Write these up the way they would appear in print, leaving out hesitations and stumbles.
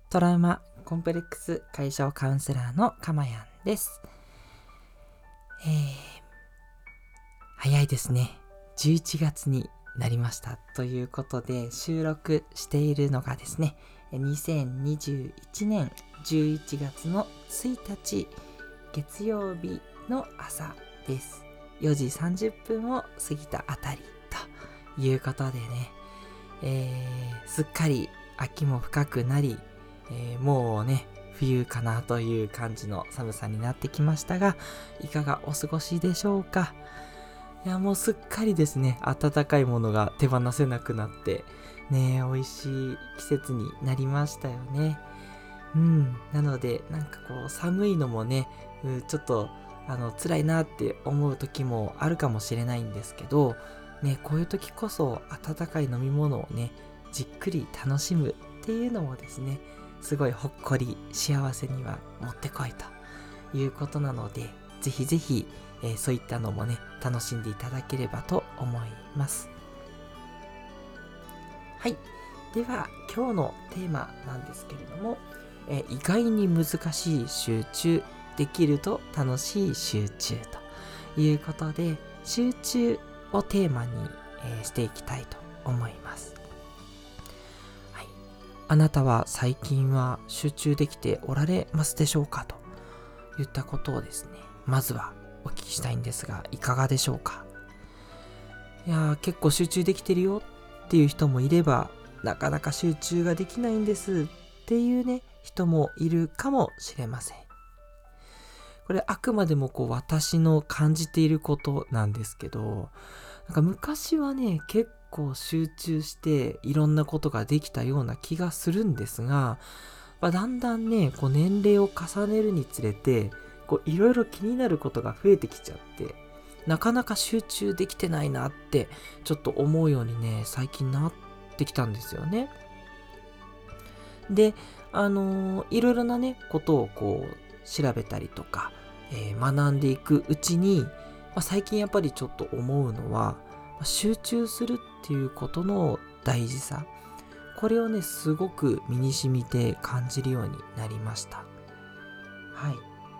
トラウマコンプレックス解消カウンセラーのかまやんです。早いですね。11月になりましたということで、収録しているのがですね、2021年11月の1日月曜日の朝です。4時30分を過ぎたあたりということでね、すっかり秋も深くなり、もうね冬かなという感じの寒さになってきましたが、いかがお過ごしでしょうか。いや、もうすっかりですね、温かいものが手放せなくなってね、美味しい季節になりましたよね。なのでなんかこう寒いのもね、ちょっと辛いなって思う時もあるかもしれないんですけどね、こういう時こそ温かい飲み物をねじっくり楽しむっていうのもですね、すごいほっこり幸せにはもってこいということなので、ぜひぜひ、そういったのもね楽しんでいただければと思います。はい、では今日のテーマなんですけれども、意外に難しい集中、できると楽しい集中ということで、集中をテーマに、していきたいと思います。はい、あなたは最近は集中できておられますでしょうかといったことをですね、まずはお聞きしたいんですが、いかがでしょうか。いやー、結構集中できてるよっていう人もいれば、なかなか集中ができないんですっていうね人もいるかもしれません。これあくまでもこう私の感じていることなんですけど、なんか昔はね結構集中していろんなことができたような気がするんですが、だんだんねこう年齢を重ねるにつれていろいろ気になることが増えてきちゃって、なかなか集中できてないなってちょっと思うようにね最近なってきたんですよね。で、いろいろなねことをこう調べたりとか、学んでいくうちに、最近やっぱりちょっと思うのは、集中するっていうことの大事さ、これをねすごく身に染みて感じるようになりました。はい。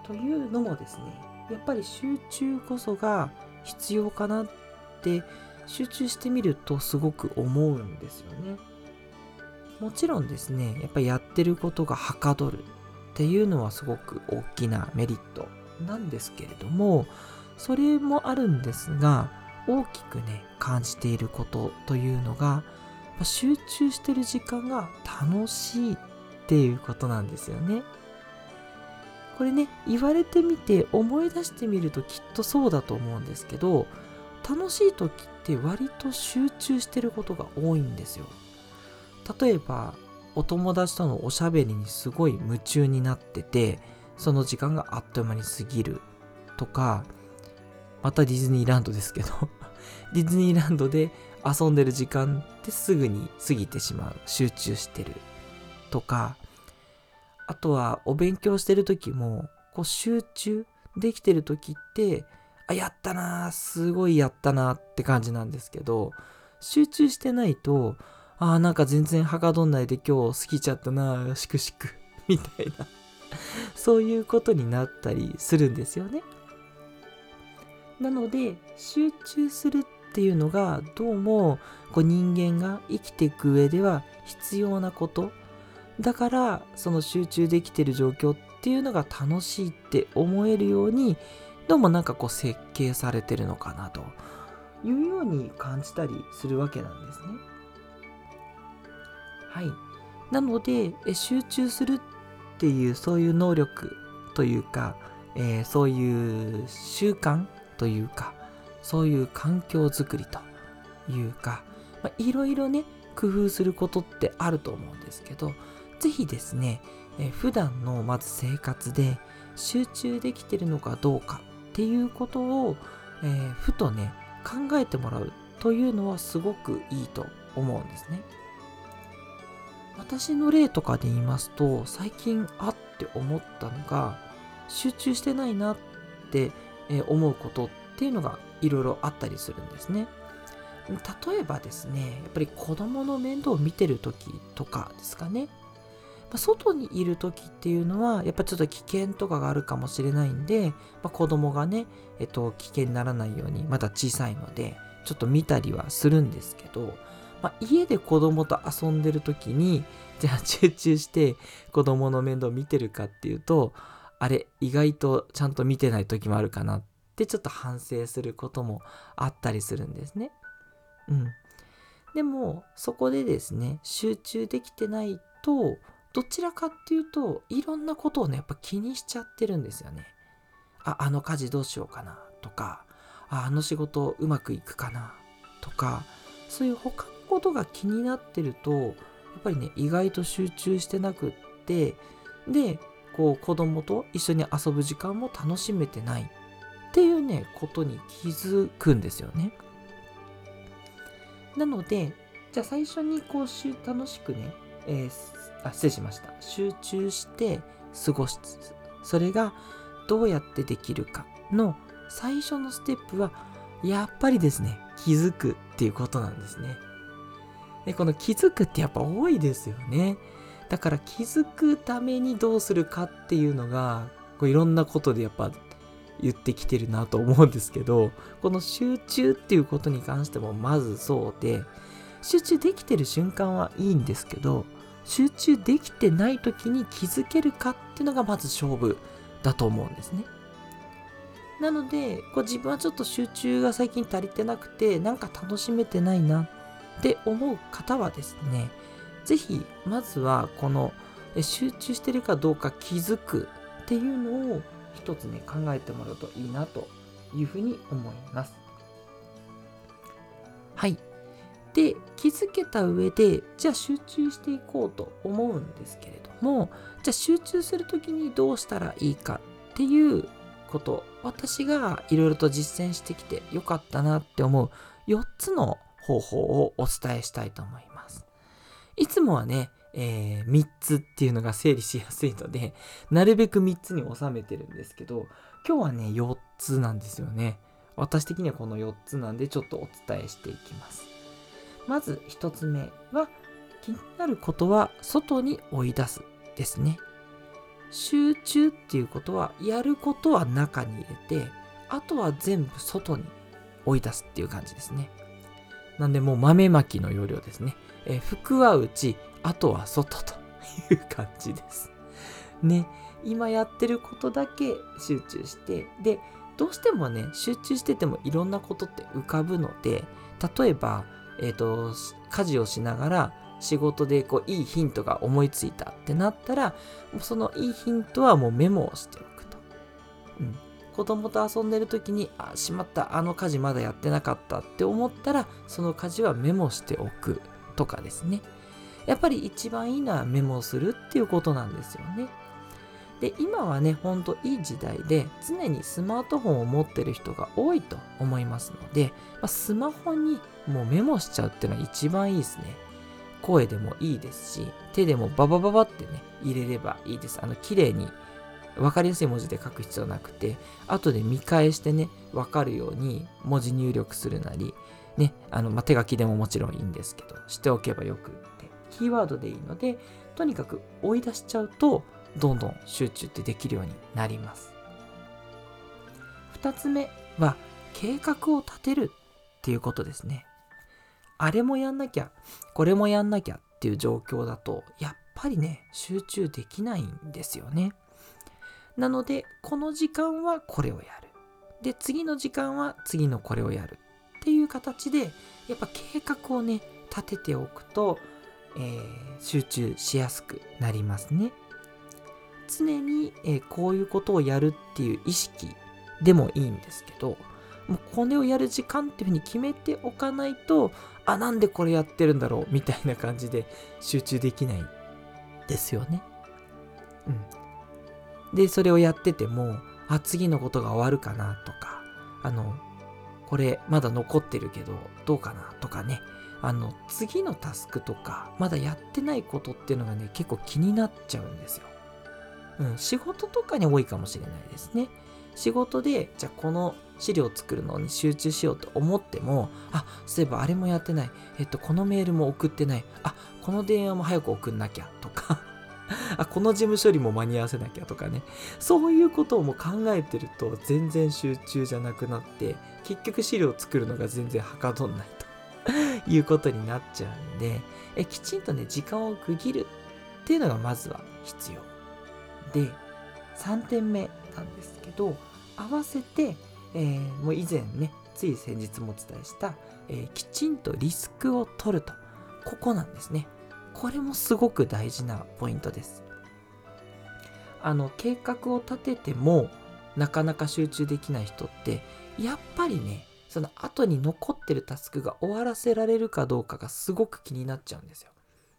というのもですね、やっぱり集中こそが必要かなって集中してみるとすごく思うんですよね。もちろんですね、やっぱりやってることがはかどるっていうのはすごく大きなメリットなんですけれども、それもあるんですが、大きくね感じていることというのが、集中してる時間が楽しいっていうことなんですよね。これね、言われてみて思い出してみるときっとそうだと思うんですけど、楽しい時って割と集中してることが多いんですよ。例えばお友達とのおしゃべりにすごい夢中になってて、その時間があっという間に過ぎるとか、またディズニーランドですけどディズニーランドで遊んでる時間ってすぐに過ぎてしまう、集中してるとか、あとはお勉強してる時もこう集中できてる時って、やったなー、すごいやったなーって感じなんですけど、集中してないと、なんか全然はかどんないで今日過ぎちゃったな、しくしくみたいなそういうことになったりするんですよね。なので集中するっていうのがどうも人間が生きていく上では必要なことだから、その集中できてる状況っていうのが楽しいって思えるように、どうもなんか設計されてるのかなというように感じたりするわけなんですね。はい。なので集中するっていうそういう能力というか、そういう習慣というか、そういう環境づくりというか、いろいろね工夫することってあると思うんですけど、ぜひですね、普段のまず生活で集中できてるのかどうかっていうことを、ふとね考えてもらうというのはすごくいいと思うんですね。私の例とかで言いますと、最近って思ったのが、集中してないなって、思うことっていうのがいろいろあったりするんですね。例えばですね、やっぱり子供の面倒を見てる時とかですかね。 外にいる時っていうのはやっぱちょっと危険とかがあるかもしれないんで、子供がね、危険にならないようにまだ小さいのでちょっと見たりはするんですけど、家で子供と遊んでる時にじゃあ集中して子供の面倒を見てるかっていうと、あれ意外とちゃんと見てない時もあるかなってちょっと反省することもあったりするんですね。でもそこでですね、集中できてないとどちらかっていうといろんなことをねやっぱ気にしちゃってるんですよね。あの家事どうしようかなとか、あの仕事うまくいくかなとか、そういう他のことが気になってるとやっぱりね意外と集中してなくって、で子供と一緒に遊ぶ時間も楽しめてないっていうねことに気づくんですよね。なのでじゃあ最初に楽しくね、失礼しました。集中して過ごしつつ、それがどうやってできるかの最初のステップはやっぱりですね、気づくっていうことなんですね。でこの気づくってやっぱ多いですよね。だから気づくためにどうするかっていうのがいろんなことでやっぱ言ってきてるなと思うんですけど、この集中っていうことに関してもまずそうで、集中できてる瞬間はいいんですけど、集中できてない時に気づけるかっていうのがまず勝負だと思うんですね。なので自分はちょっと集中が最近足りてなくてなんか楽しめてないなって思う方はですね、ぜひまずはこの集中してるかどうか気づくっていうのを一つね考えてもらうといいなというふうに思います。はい。で気づけた上でじゃあ集中していこうと思うんですけれども、じゃあ集中するときにどうしたらいいかっていうこと、私がいろいろと実践してきてよかったなって思う4つの方法をお伝えしたいと思います。いつもはね、3つっていうのが整理しやすいのでなるべく3つに収めてるんですけど、今日はね4つなんですよね。私的にはこの4つなんでちょっとお伝えしていきます。まず1つ目は、気になることは外に追い出すですね。集中っていうことはやることは中に入れて、あとは全部外に追い出すっていう感じですね。なんでもう豆まきの要領ですね。服は内、あとは外という感じですね。今やってることだけ集中して、でどうしてもね集中しててもいろんなことって浮かぶので、例えば家事をしながら仕事でいいヒントが思いついたってなったら、そのいいヒントはもうメモをしておくと。子供と遊んでる時にしまった、あの家事まだやってなかったって思ったら、その家事はメモしておくとかですね。やっぱり一番いいのはメモをするっていうことなんですよね。で今はねほんといい時代で常にスマートフォンを持ってる人が多いと思いますので、スマホにもうメモしちゃうっていうのは一番いいですね。声でもいいですし、手でもババババってね入れればいいです。綺麗に分かりやすい文字で書く必要なくて、後で見返してね分かるように文字入力するなりね、手書きでももちろんいいんですけどしておけばよくって、キーワードでいいのでとにかく追い出しちゃうとどんどん集中ってできるようになります。2つ目は計画を立てるっていうことですね。あれもやんなきゃこれもやんなきゃっていう状況だとやっぱりね集中できないんですよね。なのでこの時間はこれをやる、で次の時間は次のこれをやるっていう形でやっぱ計画をね立てておくと、集中しやすくなりますね。常に、こういうことをやるっていう意識でもいいんですけど、もうこれをやる時間っていうふうに決めておかないと、なんでこれやってるんだろうみたいな感じで集中できないですよね。でそれをやってても次のことが終わるかなとか、これまだ残ってるけどどうかなとかね、次のタスクとかまだやってないことっていうのがね結構気になっちゃうんですよ。仕事とかに多いかもしれないですね。仕事でじゃあこの資料を作るのに集中しようと思っても、そういえばあれもやってない、このメールも送ってない、この電話も早く送んなきゃとかこの事務処理も間に合わせなきゃとかね、そういうことをもう考えてると全然集中じゃなくなって、結局資料を作るのが全然はかどんないということになっちゃうんで、きちんとね時間を区切るっていうのがまずは必要で、3点目なんですけど、合わせて、もう以前ねつい先日もお伝えした、きちんとリスクを取ると、ここなんですね。これもすごく大事なポイントです。計画を立ててもなかなか集中できない人って、やっぱりねその後に残ってるタスクが終わらせられるかどうかがすごく気になっちゃうんですよ。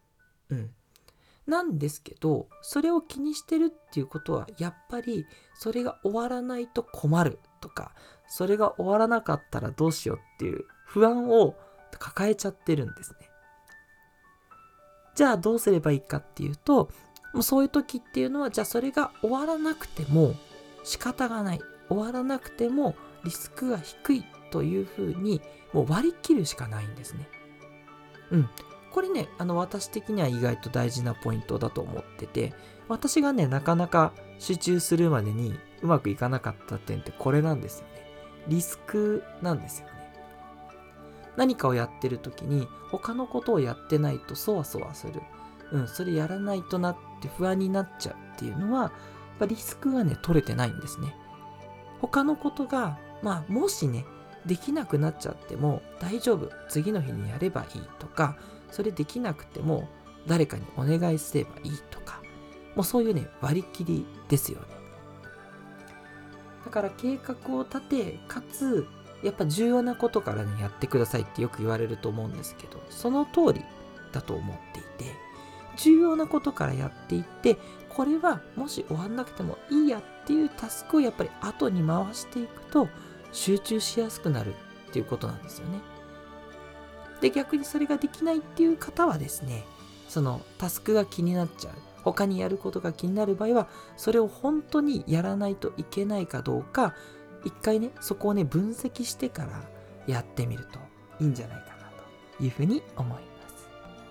なんですけど、それを気にしてるっていうことは、やっぱりそれが終わらないと困るとか、それが終わらなかったらどうしようっていう不安を抱えちゃってるんですね。じゃあどうすればいいかっていうと、もうそういう時っていうのは、じゃあそれが終わらなくても仕方がない、終わらなくてもリスクが低いというふうにもう割り切るしかないんですね。これね、私的には意外と大事なポイントだと思ってて、私がねなかなか集中するまでにうまくいかなかった点ってこれなんですよね。リスクなんですよね。何かをやってる時に他のことをやってないとそわそわする、それやらないとなって不安になっちゃうっていうのは、やっぱリスクがね取れてないんですね。他のことがもしねできなくなっちゃっても大丈夫、次の日にやればいいとか、それできなくても誰かにお願いすればいいとか、もうそういうね割り切りですよね。だから計画を立て、かつやっぱ重要なことからねやってくださいってよく言われると思うんですけど、その通りだと思っていて、重要なことからやっていって、これはもし終わんなくてもいいやっていうタスクをやっぱり後に回していくと集中しやすくなるっていうことなんですよね。で、逆にそれができないっていう方はですね、そのタスクが気になっちゃう、他にやることが気になる場合は、それを本当にやらないといけないかどうか、一回ねそこをね分析してからやってみるといいんじゃないかなというふうに思います。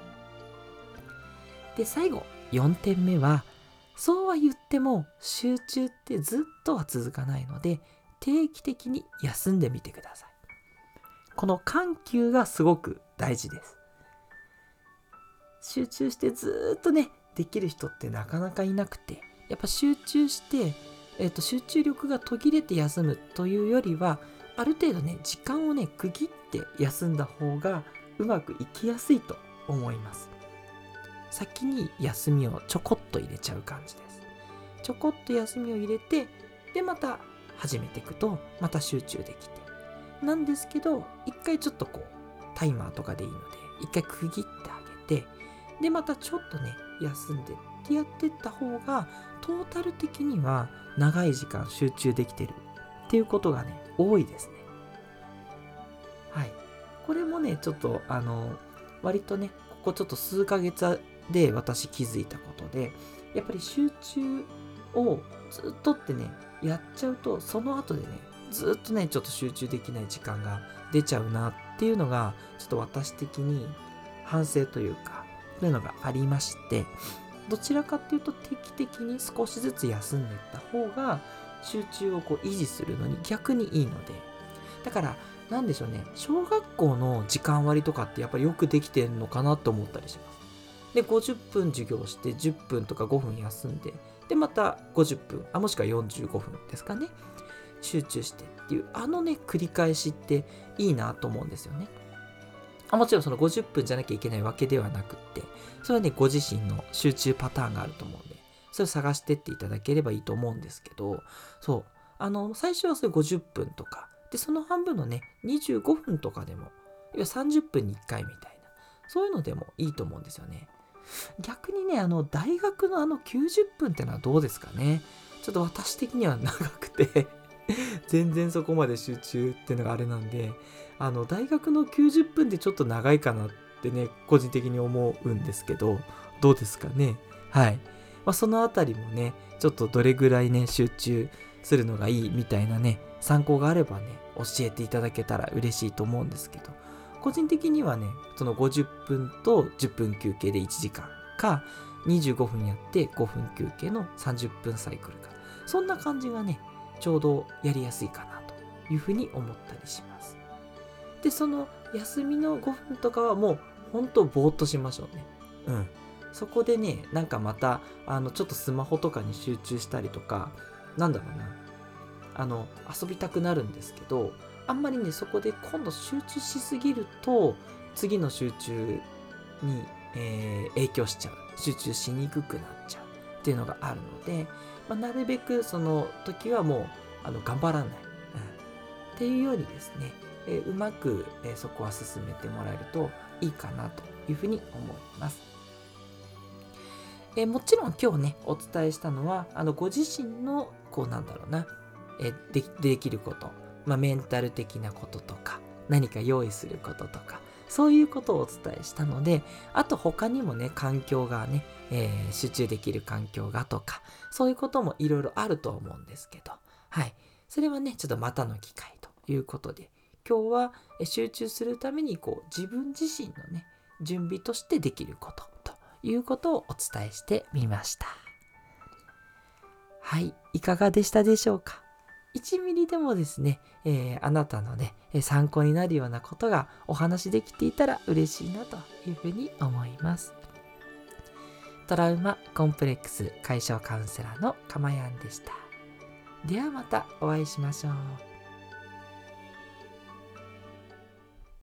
で、最後4点目は、そうは言っても集中ってずっとは続かないので、定期的に休んでみてください。この緩急がすごく大事です。集中してずっとねできる人ってなかなかいなくて、やっぱ集中して、集中力が途切れて休むというよりは、ある程度ね時間をね区切って休んだ方がうまくいきやすいと思います。先に休みをちょこっと入れちゃう感じです。ちょこっと休みを入れて、でまた始めていくとまた集中できて、なんですけど一回ちょっとこうタイマーとかでいいので一回区切ってあげて、でまたちょっとね休んでってやってった方がトータル的には長い時間集中できてるっていうことがね多いですね。はい、これもねちょっと割とねここちょっと数ヶ月で私気づいたことで、やっぱり集中をずっとってねやっちゃうと、その後でねずっとねちょっと集中できない時間が出ちゃうなっていうのがちょっと私的に反省というかそういうのがありまして、どちらかっていうと定期的に少しずつ休んでいった方が集中をこう維持するのに逆にいいので、だからなんでしょうね、小学校の時間割とかってやっぱりよくできてるのかなと思ったりします。で50分授業して10分とか5分休んで、でまた50分もしくは45分ですかね集中してっていうね繰り返しっていいなと思うんですよね。もちろんその50分じゃなきゃいけないわけではなくって、それはねご自身の集中パターンがあると思うんで、それを探してっていただければいいと思うんですけど、そう最初はそれ50分とかで、その半分のね25分とかでも、要は30分に1回みたいな、そういうのでもいいと思うんですよね。逆にね大学の90分ってのはどうですかね。ちょっと私的には長くて全然そこまで集中っていうのがあれなんで、大学の90分でちょっと長いかなってね個人的に思うんですけど、どうですかね。はい、そのあたりもねちょっとどれぐらいね集中するのがいいみたいなね参考があればね教えていただけたら嬉しいと思うんですけど、個人的にはねその50分と10分休憩で1時間か 25分やって5分休憩の30分サイクルか。そんな感じがね、ちょうどやりやすいかなというふうに思ったりします。で、その休みの5分とかはもうほんとぼーっとしましょうね。うん。そこでね、なんかまた、ちょっとスマホとかに集中したりとか、なんだろうな、遊びたくなるんですけど、あんまりね、そこで今度集中しすぎると、次の集中に、影響しちゃう。集中しにくくなっちゃうっていうのがあるので、なるべくその時はもう、頑張らない。っていうようにですね、うまく、そこは進めてもらえるといいかなというふうに思います。もちろん今日ね、お伝えしたのは、ご自身の、できること、メンタル的なこととか、何か用意することとか、そういうことをお伝えしたので、あと他にもね、環境がね、集中できる環境がとか、そういうこともいろいろあると思うんですけど、はい。それはね、ちょっとまたの機会ということで、今日は集中するために、自分自身のね、準備としてできることということをお伝えしてみました。はい。いかがでしたでしょうか？1ミリでもですね、あなたのね、参考になるようなことがお話できていたら嬉しいなというふうに思います。トラウマコンプレックス解消カウンセラーのかまやんでした。ではまたお会いしましょう。